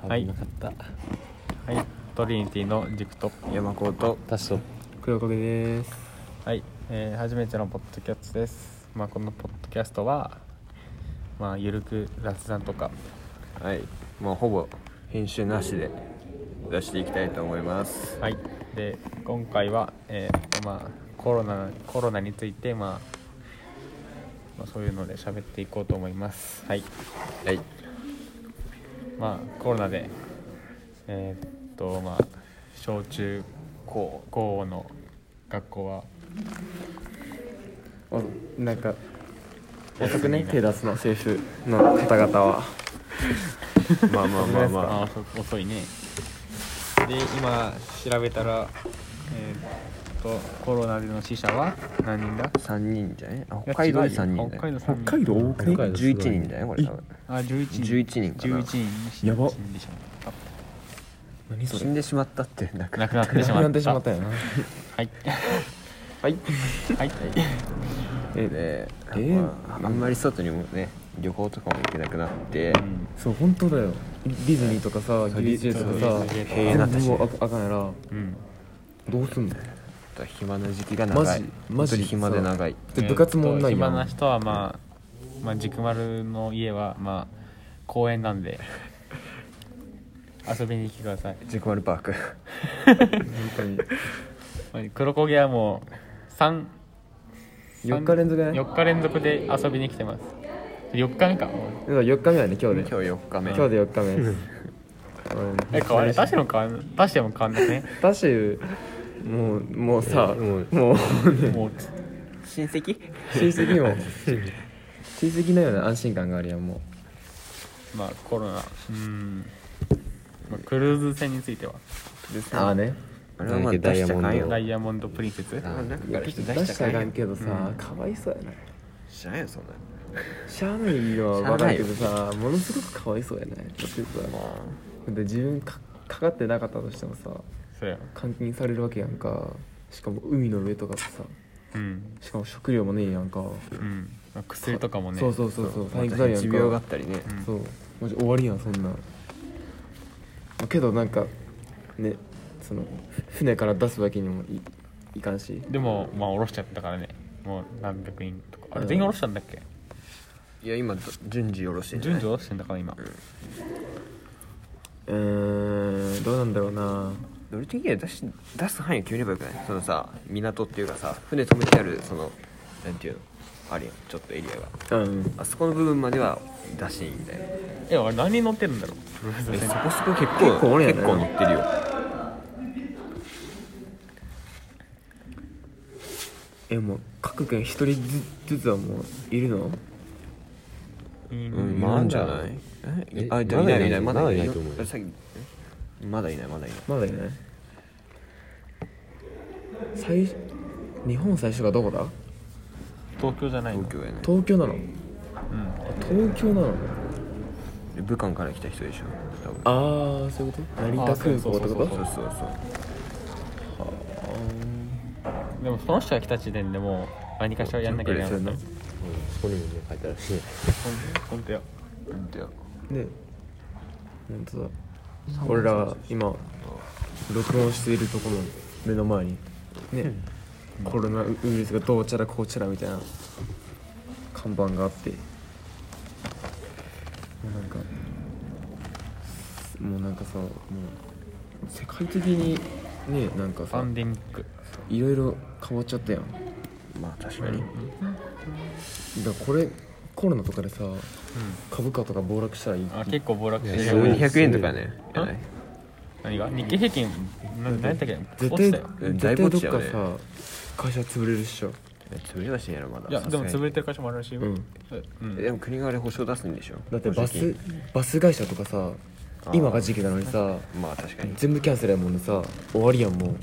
はい、トリニティの塾と山子とタシと黒影です。 はい、初めてのポッドキャストです。このポッドキャストはゆるく雑談とか、 はい、もうほぼ編集なしで出していきたいと思います。 はい、で今回は、コロナについてそういうので喋っていこうと思います。はい、 はい、 コロナで小中高の学校はなんか遅くね手出すの政府の方々は遅いね。で今調べたらコロナでの死者は何人だ 3人じゃない？北海道で3人だよ。 北海道 11人だよこれ多分。11人かな。 11人やば死んでしまった。 何それ死んでしまったって亡くなってしまった。 よな。 はいはいはいで、あんまり外にもね旅行とかも行けなくなって、 そう本当だよ。ディズニーとかさ USJ とかさ閉園だったしもうあかんやらどうすんの？ 暇な時期が長い。 マジ暇で長い。 で部活もないやん。 暇な人は軸丸の家は公園なんで遊びに来てください。 ジェクマルパーク。 本当に黒焦げはもう 4日連続ね。 4日連続で遊びに来てます。4日目か。 4日目やね今日で。 今日4日目。 今日で4日目。 変わる。タシでも変わんなくね。 タシもうさもう親戚のような安心感があるやんもう。 コロナクルーズ船についてはああね。 あれは出しちゃかんよ。 ダイヤモンドプリンセス。 出しちゃいかんけどさ、かわいそうやな。 知らんよそんな。 しゃあないのは分かるけどさ、ものすごくかわいそうやない。だってさ、で自分かかってなかったとしてもさ、 そうや。 監禁されるわけやんか。しかも海の上とかでさ、しかも食料もねえやんか。 薬とかもね。 そう体育座りやんか。 持病があったりね。 そうマジ終わりやんそんな。けどなんかね、その船から出すわけにもいかんし。 でも下ろしちゃったからね。もう何百人とか。あれ全員下ろしたんだっけ？ いや今順次下ろしてんじゃない？ 順次下ろしてんだから今。 どうなんだろうな。 乗り的には出す範囲を決めればよくない？そのさ港っていうかさ船止めてあるそのなんていうのあるやんちょっとエリアが。あそこの部分までは出していいみたいな。 あれ何人乗ってるんだろう。 そこそこ結構乗ってるよ。 もう各県一人ずつはもういるの？ あんじゃない？じゃあいないまだいないと思う。まだいない日本最初がどこだ？ 東京じゃないの？ 東京なの？東京なの？ 武漢から来た人でしょ多分。 ああそういうこと？成田空港ってこと？ そうでもその人が来た時点でもう何かしらやんなきゃいけないんだ。 そこにもね書いてあるし。 本当や。 ね、本当だ。俺ら今録音しているところの目の前にね、コロナウイルスがどうちゃらこうちゃらみたいな看板があって、もうなんかさ、もう世界的にねなんかさパンデミックいろいろ変わっちゃったやん。 確かに。 だからこれコロナとかでさ、株価とか暴落したらいい。 結構暴落してる。 200円とかね。 何が日経平均何やったっけ？ 絶対どっかさ、 大墓地だよね。 会社潰れるっしょ。 潰れはしんやろまだ。 いやでも潰れてる会社もあるらしいよ。 でも国があれ保証出すんでしょ。 だってバス会社とかさ、今が時期なのにさ、 確かに全部キャンセルやもんでさ、終わりやんもう。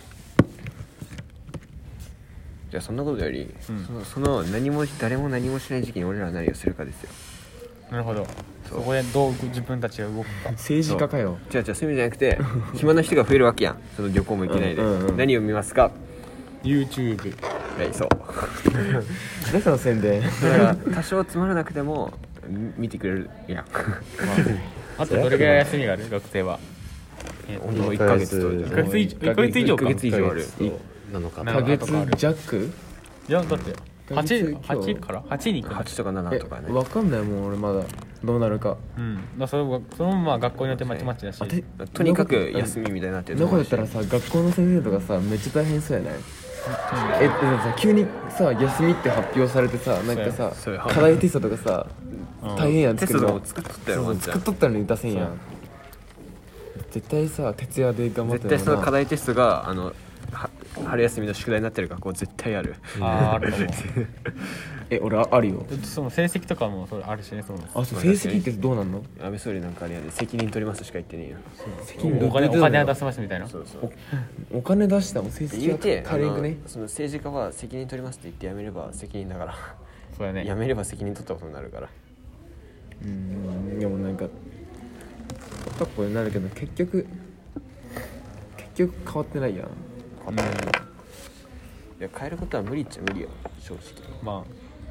じゃあそんなことより、その誰も何もしない時期に俺らは何をするかですよ。 なるほど。そこでどう自分たちが動くか。 政治家かよ。 じゃあそういう意味じゃなくて暇な人が増えるわけやん。その旅行も行けないで、何を見ますか？ YouTube。 はいそう。 何その宣伝。 だから多少つまらなくても見てくれるやん。 あとどれぐらい休みがある学生は？ 俺も1ヶ月と 1ヶ月以上か。 1ヶ月以上ある 7日な 1ヶ月弱いやだって 8 8から8に行くんだ。 8とか7とかね。 分かんないもん俺まだどうなるか。 うん。だからそのまま学校によってまちまちだし。 とにかく休みみたいになってるどこだったらさ学校の先生とかさめっちゃ大変そうやない？でもさ急にさ休みって発表されてさなんかさそうや課題テストとかさ大変やんテス作るのトとかも作っとったよワンちゃん作っとったのに出せんやん。絶対さ徹夜で頑張って絶対その課題テストが春休みの宿題になってる学校絶対ある。 あると思う。 俺あるよ。 その成績とかもそれあるしね。そうあそう成績ってどうなんの？ 安倍総理なんかあれやで責任取りますしか言ってねえよ。 責任お金は出せますみたいな。 そうそうお金出したも成績は言うて足りんくね？ その政治家は責任取りますって言って辞めれば責任だからそうやね。 辞めれば責任取ったことになるから。 でもなんか片っぽになるけど結局変わってないやん。 いや変えることは無理っちゃ無理よ正直。 まも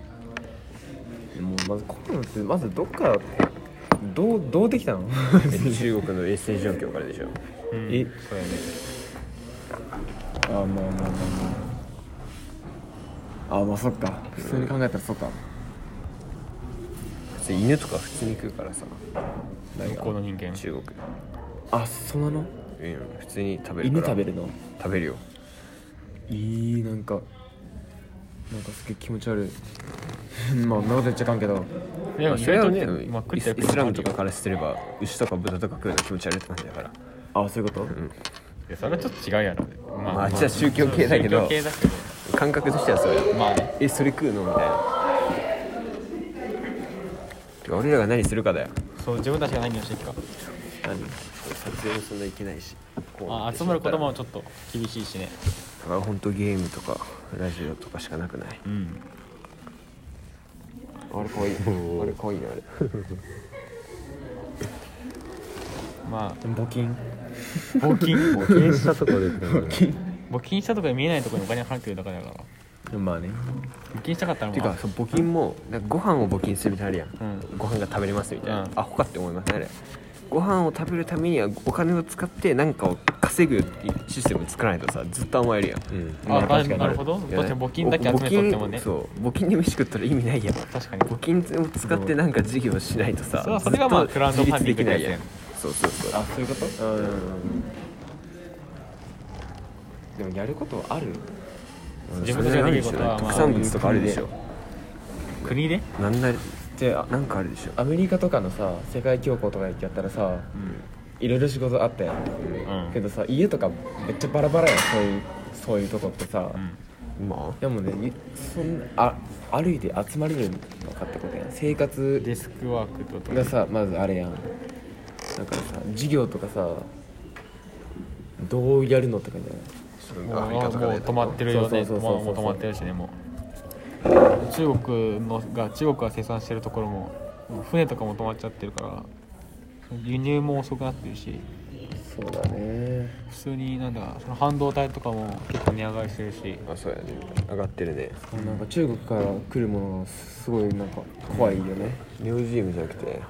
うまずコロナってまずどっからどうできたの？ 中国の衛生状況からでしょ。 あ、 そうやね。まあそっか普通に考えたらそっか。 普通犬とか普通に食うからさ向こうの人間。 中国。 そうなの？ 普通に食べるから。 犬食べるの？ 食べるよ。 なんかすげえ気持ち悪い。まあそんなこと言っちゃいかんけど。 でもそれはねまあ食ったよイスラムとかからすれば牛とか豚とか食うの気持ち悪いって感じだから。 そういうこと？ いやそれはちょっと違うやろ。ままああっちは宗教系だけど宗教系だけど感覚としてはそうや。 まあね。 それ食うのみたいな。てか俺らが何するかだよ。 そう自分たちが何をしていくか。 撮影もそんないけないし。 集まることもちょっと厳しいしね。 だから本当ゲームとかラジオとかしかなくない。あれかわいい。あれかわいいねあれ。 まあ募金募金したとこですね募金したとこで見えないところにお金が入ってるだけだからまあね。 募金したかったらてかそう募金もなんかご飯を募金するみたいなのあるやん、 うんご飯が食べれますみたいな、 うんアホかって思いますねあれ。ご飯を食べるためにはお金を使って何かを稼ぐシステム作らないとさずっと甘えるやん。 あ確かになるほど。だって募金だけ集めとってもね。 そう募金で飯食ったら意味ないやん。 確かに。 募金を使ってなんか事業しないとさそれがまあずっとクラウドファンディング自立できないやん。 ってやそうそうそう。 そういうこと？でもやることある？ 自分たちができることはまあ特産物とかあるでしょ。 国でなんなりじゃなんかあるでしょ。 アメリカとかのさ世界恐慌とかやったらさいろいろ仕事あったやん。けどさ家とかめっちゃバラバラやんそういうとこってさ。 までもねそんな歩いて集まれるのかってことやん。生活デスクワークってことがさまずあれやん。だからさ授業とかさどうやるのって感じじゃない？ もうアフリカとかで止まってるよね。 そうもう止まってるしね。もう中国が生産してるところも船とかも止まっちゃってるから輸入も遅くなってるし、 そうだね。 普通にその半導体とかも結構値上がりしてるし。 あそうやね上がってるね。 なんか中国から来るものがすごいなんか怖いよね。 ネオジウムじゃなくて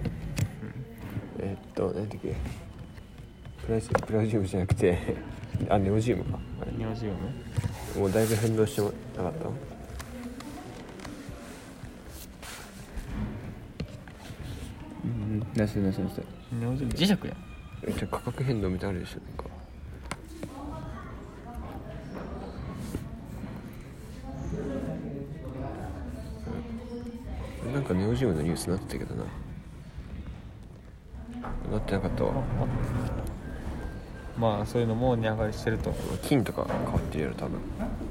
何だっけプラジウムじゃなくてネオジウムかあれ。 ネオジウムもうだいぶ変動してもなかった。 なしネオジウム磁石やん。 じゃ価格変動みたいなのあるでしょなんかネオジウムのニュースになってたけどな。なってなかったわ。 まあそういうのも値上がりしてると。 金とか変わってるやろ多分。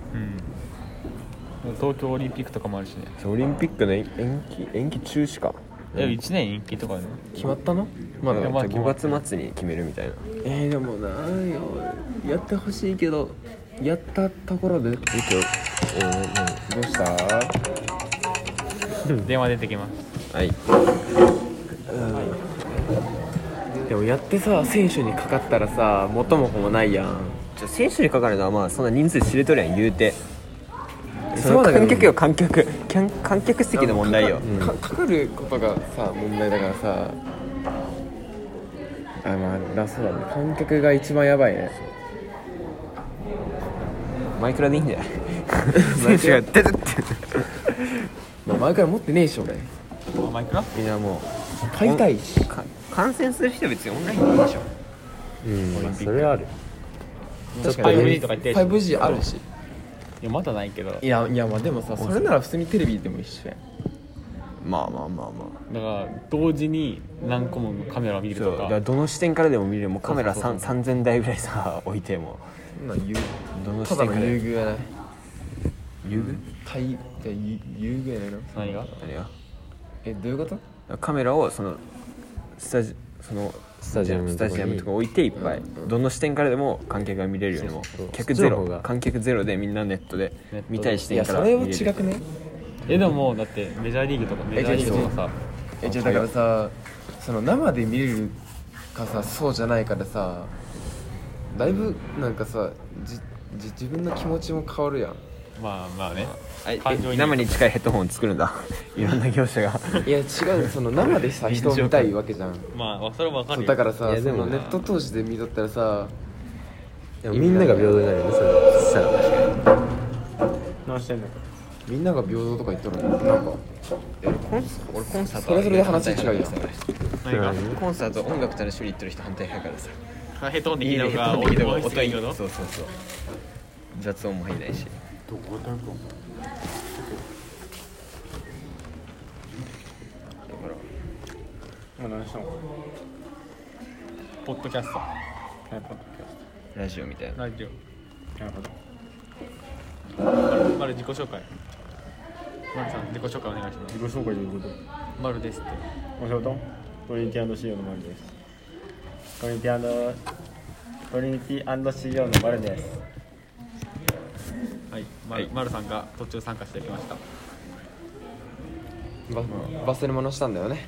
東京オリンピックとかもあるしね。 オリンピックの延期中止か。 1年延期とかね。 決まったの？まだいやまあ 5月末に決めるみたいな。 でもなんよやってほしいけどやったところでどうした？ 電話出てきます。 はい。 でもやってさ選手にかかったらさ元も子もないやん。 選手にかかるのはまあそんな人数知れとるやん言うて。 そうだけど観客席の問題よ。 かかることがさ問題だからさあまあそうだね、観客が一番やばいね。 マイクラでいいんじゃない選手が出てってまあ前から持ってねえし俺、 マイクラみんなもう買いたいし。 観戦する人は別にオンラインでいいでしょ。 うん、まあそれはある。 確かに 5G とか言ってるし 5G あるし。 いやまだないけどいやまあでもさ、それなら普通にテレビでも一緒やん。 まあまあまあまあだから同時に何個もカメラを見るとかそうだからどの視点からでも見れる。もうカメラそうそうそう 3000台ぐらいさ置いてもそんなんどのただの視点から遊具やない。 遊具遊具やないの。 何が何がどういうこと？ カメラをそのスタジアムとか置いていっぱい、どの視点からでも観客が見れるようにも客ゼロ観客ゼロでみんなネットで見たい視いや点からそれは見れる。 違くね。 でもだってメジャーリーグとかメジャーリーグとかさじゃあだからさ、その生で見れるかさ、そうじゃないからさ、だいぶなんかさ、自分の気持ちも変わるやん。 まあねあ感情移入生に近いヘッドホン作るんだいろんな業者がいや違う、その生でさ人を見たいわけじゃん。 まあそれも分かるよそうだからさ、そいやでものネット通して見とったらさ、 でもみんなが平等になるよね、それそしたら。 何してんのみんなが平等とか言っとるのなんか俺コンサートそれぞれで話違うやん。 何がコンサート音楽楽しみに行ってる人反対派からさヘッドホンで聞いた方がいいねヘッドホン音質がいいのそうそうそう雑音も入んないしポッドキャストラジオみたいな。 ラジオなるほどまる自己紹介まるさん自己紹介お願いします自己紹介ということで、 まるですってお仕事トリニティ&CEO のマルです。トリニティ&CEO のマルです。 はいはいまるさんが途中参加してきました忘れ物したんだよね。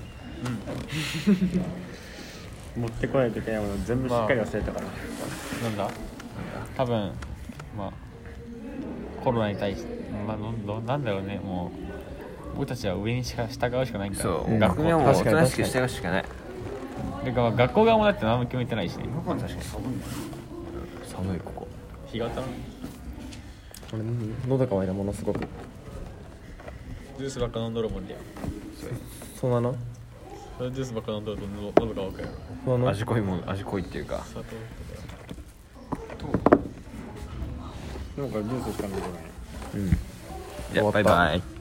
持ってこないといけないもの全部しっかり忘れたから、 なんだ多分まあコロナに対してまあなんだろうねもう僕たちは上にしか従うしかないんだそう学校学校はもうおとなしく従うしかない。 で学校側もだって何も決めてないしね確かに寒いここ。 日が当たる俺喉乾いたものすごく。 ジュースばっか飲んどるもんでそうなの？ ジュースばっか飲んどると喉が乾くやろそうなの？ 味濃いっていうか。 砂糖なんかジュースしか飲んでない。 じゃあバイバイ。